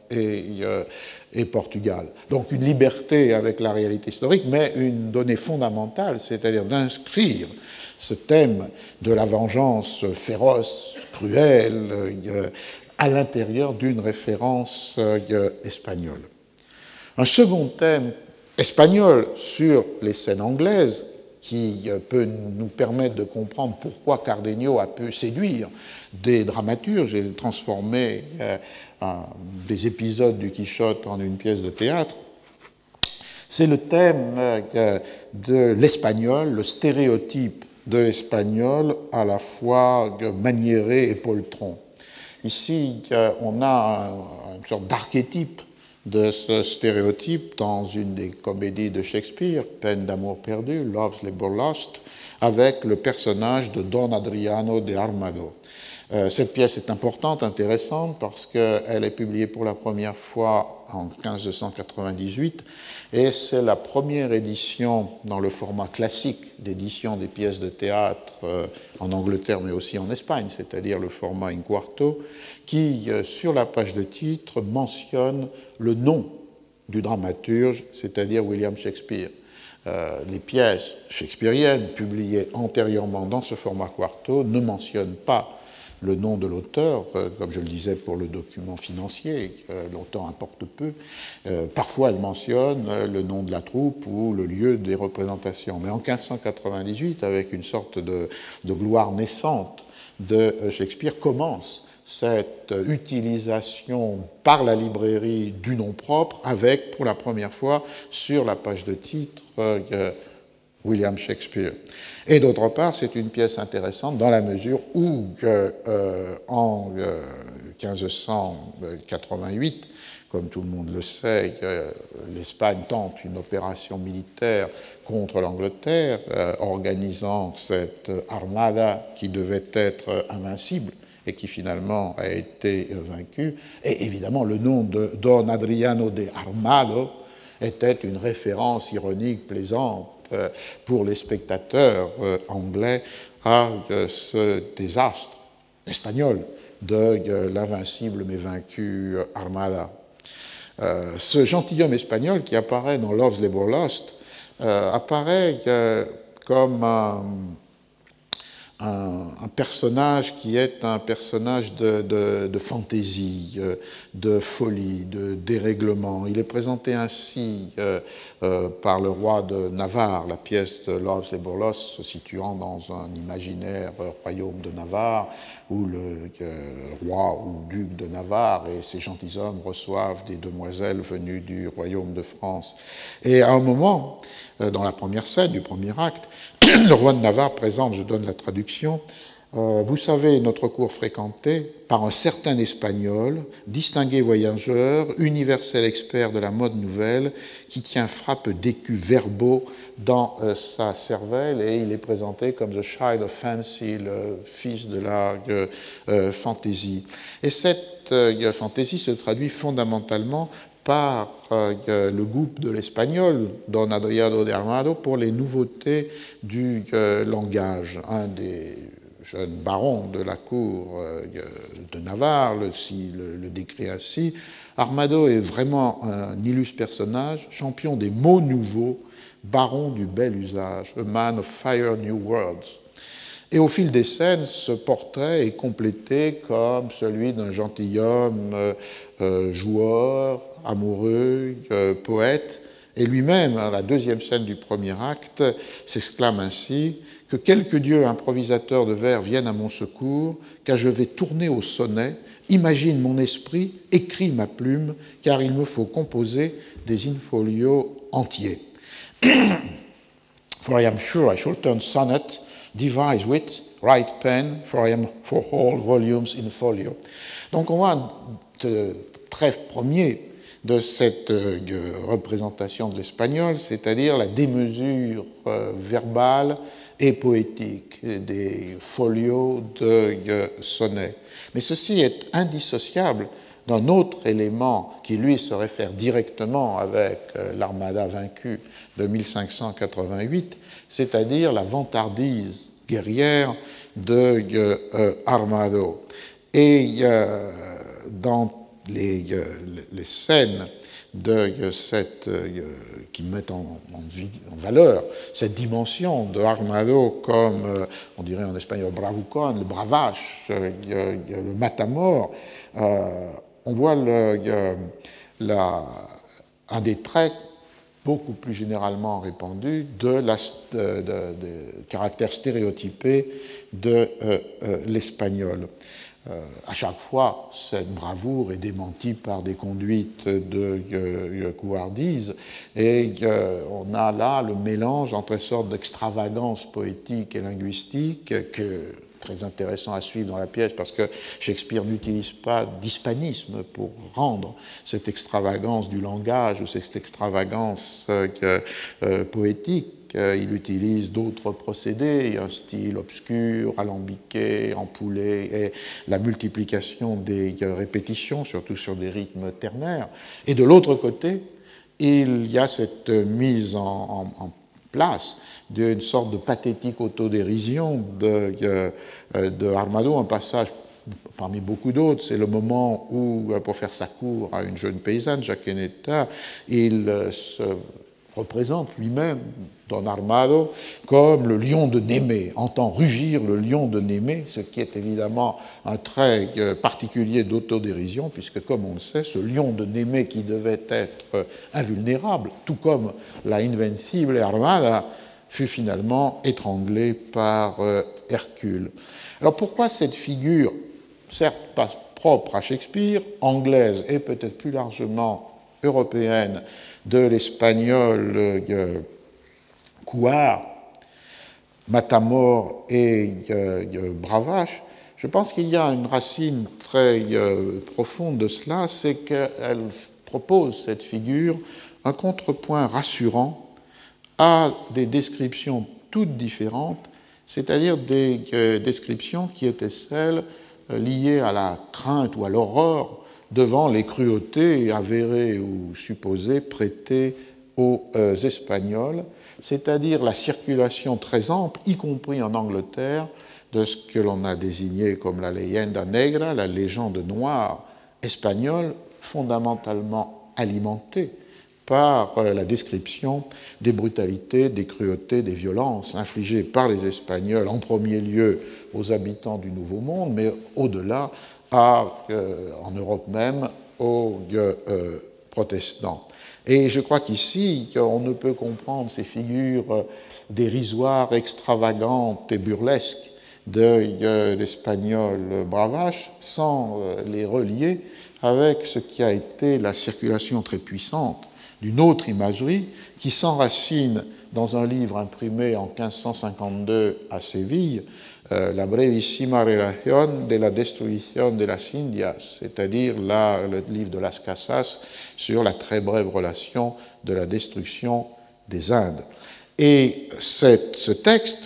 et Portugal. Donc une liberté avec la réalité historique, mais une donnée fondamentale, c'est-à-dire d'inscrire ce thème de la vengeance féroce, cruelle, à l'intérieur d'une référence espagnole. Un second thème espagnol sur les scènes anglaises, qui peut nous permettre de comprendre pourquoi Cardenio a pu séduire des dramaturges et transformer des épisodes du Quichotte en une pièce de théâtre, c'est le thème de l'espagnol, le stéréotype de l'espagnol à la fois maniéré et poltron. Ici, on a une sorte d'archétype de ce stéréotype dans une des comédies de Shakespeare, Peine d'amour perdu, Love's Labour Lost, avec le personnage de Don Adriano de Armado. Cette pièce est importante, intéressante, parce qu'elle est publiée pour la première fois en 1598, et c'est la première édition dans le format classique d'édition des pièces de théâtre en Angleterre, mais aussi en Espagne, c'est-à-dire le format in quarto, qui, sur la page de titre, mentionne le nom du dramaturge, c'est-à-dire William Shakespeare. Les pièces shakespeariennes publiées antérieurement dans ce format quarto ne mentionnent pas le nom de l'auteur, comme je le disais pour le document financier, l'auteur importe peu. Parfois, elle mentionne le nom de la troupe ou le lieu des représentations. Mais en 1598, avec une sorte de gloire naissante de Shakespeare, commence cette utilisation par la librairie du nom propre, avec, pour la première fois, sur la page de titre, William Shakespeare. Et d'autre part, c'est une pièce intéressante dans la mesure où, en 1588, comme tout le monde le sait, l'Espagne tente une opération militaire contre l'Angleterre, organisant cette armada qui devait être invincible et qui finalement a été vaincue. Et évidemment, le nom de Don Adriano de Armado était une référence ironique, plaisante, pour les spectateurs anglais à ce désastre espagnol de l'invincible mais vaincu Armada. Ce gentilhomme espagnol qui apparaît dans Love's Labour Lost apparaît comme un personnage qui est un personnage de fantaisie, de folie, de dérèglement. Il est présenté ainsi par le roi de Navarre, la pièce de Love's Labour Lost se situant dans un imaginaire royaume de Navarre, où le roi ou duc de Navarre et ses gentilshommes reçoivent des demoiselles venues du royaume de France. Et à un moment, dans la première scène du premier acte, le roi de Navarre présente, je donne la traduction, vous savez, notre cour fréquentée par un certain Espagnol, distingué voyageur, universel expert de la mode nouvelle, qui tient frappe d'écus verbaux dans sa cervelle, et il est présenté comme the child of fancy, le fils de la fantaisie. Et cette fantaisie se traduit fondamentalement par le goût de l'espagnol, Don Adriano de Armado, pour les nouveautés du langage. Un des jeunes barons de la cour de Navarre le décrit ainsi. Armado est vraiment un illustre personnage, champion des mots nouveaux, baron du bel usage, a man of fire new words. Et au fil des scènes, ce portrait est complété comme celui d'un gentilhomme joueur, amoureux, poète, Et lui-même, à la deuxième scène du premier acte, s'exclame ainsi « Que quelque dieu improvisateur de vers vienne à mon secours, car je vais tourner au sonnet, imagine mon esprit, écris ma plume, car il me faut composer des in-folio entiers. For I am sure I shall turn sonnet, devise wit, write pen, for I am for whole volumes in folio. » Donc on voit un trait premier de cette représentation de l'espagnol, c'est-à-dire la démesure verbale et poétique des folios de sonnet. Mais ceci est indissociable d'un autre élément qui, lui, se réfère directement avec l'armada vaincue de 1588, c'est-à-dire la vantardise guerrière de Armado. Et dans les scènes qui mettent en valeur cette dimension de Armado comme, on dirait en espagnol, bravucon, le bravache, le matamor, on voit un des traits beaucoup plus généralement répandus de caractère stéréotypé de l'espagnol. À chaque fois, cette bravoure est démentie par des conduites de couardise, et on a là le mélange entre une sorte d'extravagance poétique et linguistique très intéressant à suivre dans la pièce parce que Shakespeare n'utilise pas d'hispanisme pour rendre cette extravagance du langage ou cette extravagance poétique. Il utilise d'autres procédés, un style obscur, alambiqué, empoulé, et la multiplication des répétitions, surtout sur des rythmes ternaires. Et de l'autre côté, il y a cette mise en place d'une sorte de pathétique autodérision de Armado, un passage parmi beaucoup d'autres. C'est le moment où, pour faire sa cour à une jeune paysanne, Jaqueneta, il se représente lui-même, Don Armado, comme le lion de Némée, entend rugir le lion de Némée, ce qui est évidemment un trait particulier d'autodérision, puisque, comme on le sait, ce lion de Némée qui devait être invulnérable, tout comme la Invencible Armada, fut finalement étranglé par Hercule. Alors pourquoi cette figure, certes pas propre à Shakespeare, anglaise et peut-être plus largement européenne, de l'espagnol couard, matamor et bravache? Je pense qu'il y a une racine très profonde de cela, c'est qu'elle propose, cette figure, un contrepoint rassurant à des descriptions toutes différentes, c'est-à-dire des descriptions qui étaient celles liées à la crainte ou à l'horreur devant les cruautés avérées ou supposées prêtées aux Espagnols, c'est-à-dire la circulation très ample, y compris en Angleterre, de ce que l'on a désigné comme la leyenda negra, la légende noire espagnole, fondamentalement alimentée par la description des brutalités, des cruautés, des violences infligées par les Espagnols, en premier lieu aux habitants du Nouveau Monde, mais au-delà, en Europe même, aux protestants. Et je crois qu'ici, on ne peut comprendre ces figures dérisoires, extravagantes et burlesques de l'espagnol bravache sans les relier avec ce qui a été la circulation très puissante d'une autre imagerie qui s'enracine dans un livre imprimé en 1552 à Séville, La brevissima relación de la destrucción de las Indias, c'est-à-dire le livre de Las Casas sur la très brève relation de la destruction des Indes. Et ce texte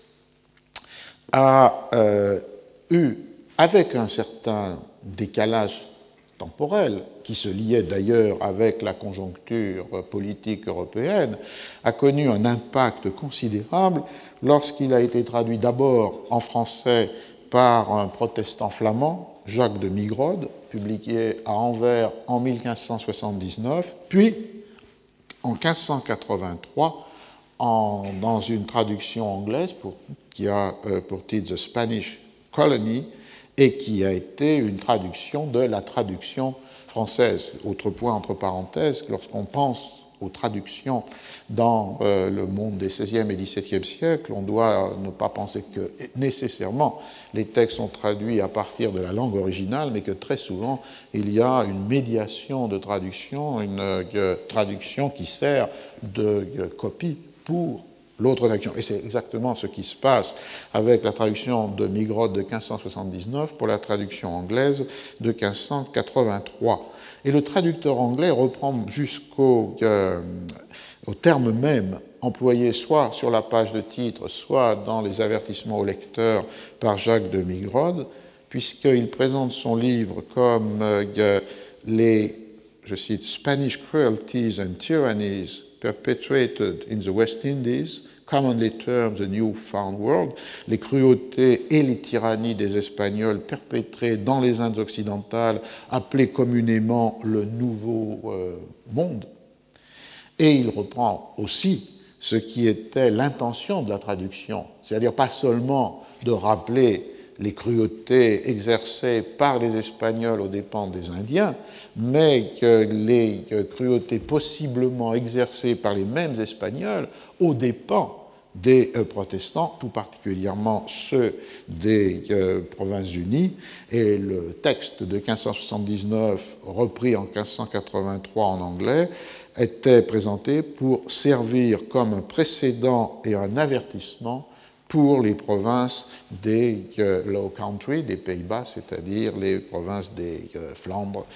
a eu, avec un certain décalage temporel, qui se liait d'ailleurs avec la conjoncture politique européenne, a connu un impact considérable lorsqu'il a été traduit d'abord en français par un protestant flamand, Jacques de Migrode, publié à Anvers en 1579, puis en 1583 dans une traduction anglaise qui a pour titre The Spanish Colony, et qui a été une traduction de la traduction française. Autre point entre parenthèses, lorsqu'on pense aux traductions dans le monde des XVIe et XVIIe siècles, on doit ne pas penser que nécessairement les textes sont traduits à partir de la langue originale, mais que très souvent il y a une médiation de traduction, une traduction qui sert de copie pour l'autre traduction. Et c'est exactement ce qui se passe avec la traduction de Migrod de 1579 pour la traduction anglaise de 1583. Et le traducteur anglais reprend jusqu'au au terme même employé soit sur la page de titre, soit dans les avertissements au lecteur par Jacques de Migrod, puisqu'il présente son livre comme les, je cite, Spanish cruelties and tyrannies perpetrated in the West Indies, commonly termed the New Found World, les cruautés et les tyrannies des Espagnols perpétrées dans les Indes occidentales, appelées communément le Nouveau Monde. Et il reprend aussi ce qui était l'intention de la traduction, c'est-à-dire pas seulement de rappeler les cruautés exercées par les Espagnols aux dépens des Indiens, mais que les cruautés possiblement exercées par les mêmes Espagnols aux dépens des protestants, tout particulièrement ceux des Provinces-Unies. Et le texte de 1579, repris en 1583 en anglais, était présenté pour servir comme un précédent et un avertissement pour les provinces des Low Country, des Pays-Bas, c'est-à-dire les provinces des Flandres,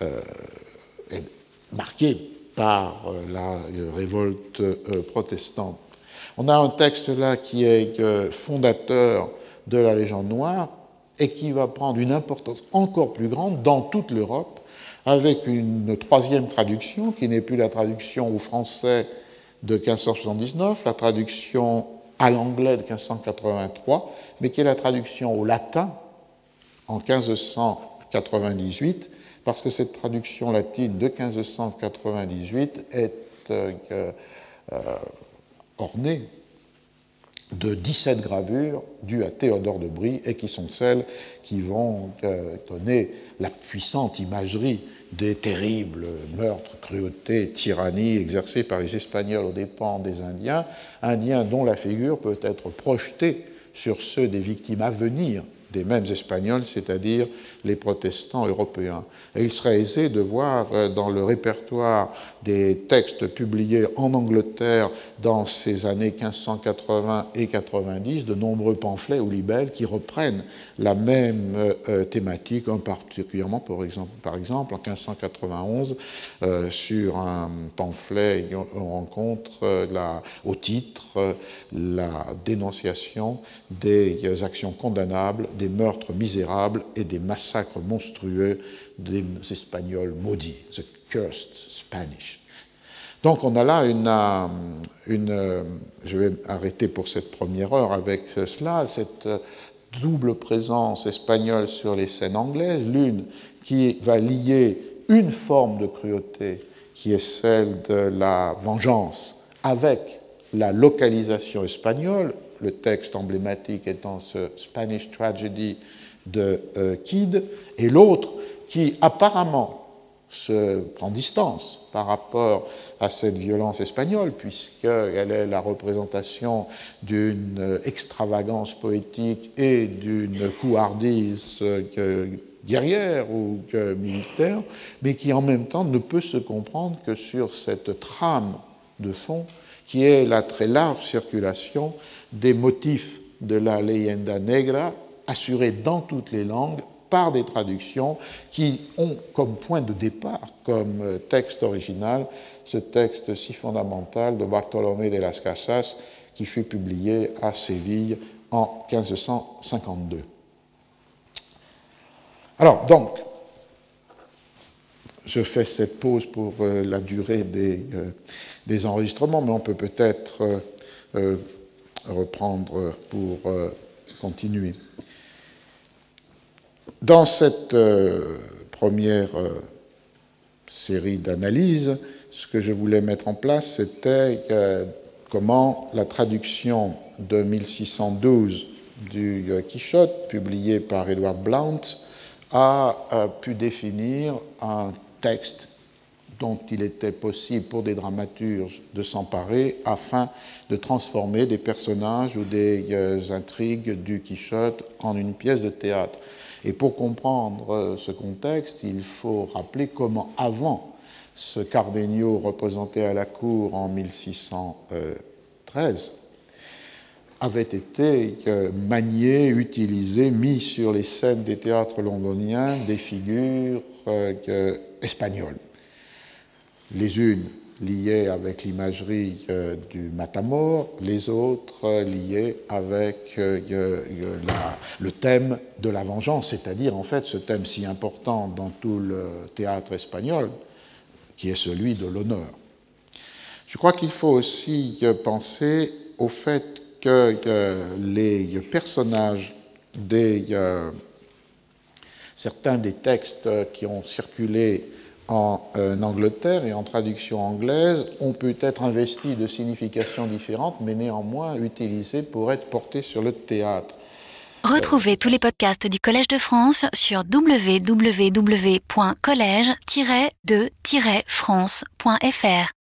marquées par la révolte protestante. On a un texte là qui est fondateur de la légende noire et qui va prendre une importance encore plus grande dans toute l'Europe, avec une troisième traduction qui n'est plus la traduction au français de 1579, la traduction à l'anglais de 1583, mais qui est la traduction au latin en 1598, parce que cette traduction latine de 1598 est ornée de 17 gravures dues à Théodore de Brie et qui sont celles qui vont donner la puissante imagerie des terribles meurtres, cruautés, tyrannies exercées par les Espagnols aux dépens des Indiens, Indiens dont la figure peut être projetée sur ceux des victimes à venir des mêmes Espagnols, c'est-à-dire les protestants européens. Et il serait aisé de voir dans le répertoire des textes publiés en Angleterre dans ces années 1580 et 90 de nombreux pamphlets ou libelles qui reprennent la même thématique, un particulièrement par exemple en 1591 sur un pamphlet on rencontre au titre la dénonciation des actions condamnables, des meurtres misérables et des massacres monstrueux des Espagnols maudits, the cursed Spanish. Donc on a là je vais arrêter pour cette première heure avec cela, cette double présence espagnole sur les scènes anglaises, l'une qui va lier une forme de cruauté qui est celle de la vengeance avec la localisation espagnole, le texte emblématique étant ce Spanish Tragedy de Kyd, et l'autre qui apparemment se prend distance par rapport à cette violence espagnole, puisqu'elle est la représentation d'une extravagance poétique et d'une couardise guerrière ou militaire, mais qui en même temps ne peut se comprendre que sur cette trame de fond qui est la très large circulation des motifs de la leyenda negra assurés dans toutes les langues par des traductions qui ont comme point de départ, comme texte original, ce texte si fondamental de Bartolomé de las Casas qui fut publié à Séville en 1552. Alors, donc, je fais cette pause pour la durée des enregistrements, mais on peut peut-être reprendre pour continuer. Dans cette première série d'analyses, ce que je voulais mettre en place, c'était comment la traduction de 1612 du Quichotte, publiée par Edward Blount, a pu définir un texte dont il était possible pour des dramaturges de s'emparer afin de transformer des personnages ou des intrigues du Quichotte en une pièce de théâtre. Et pour comprendre ce contexte, il faut rappeler comment, avant ce Cardenio représenté à la cour en 1613, avait été manié, utilisé, mis sur les scènes des théâtres londoniens des figures espagnoles. Les unes liées avec l'imagerie du Matamor, les autres liées avec le thème de la vengeance, c'est-à-dire en fait ce thème si important dans tout le théâtre espagnol, qui est celui de l'honneur. Je crois qu'il faut aussi penser au fait que les personnages certains des textes qui ont circulé en Angleterre et en traduction anglaise ont pu être investis de significations différentes, mais néanmoins utilisés pour être portés sur le théâtre. Retrouvez tous les podcasts du Collège de France sur www.collège-de-france.fr.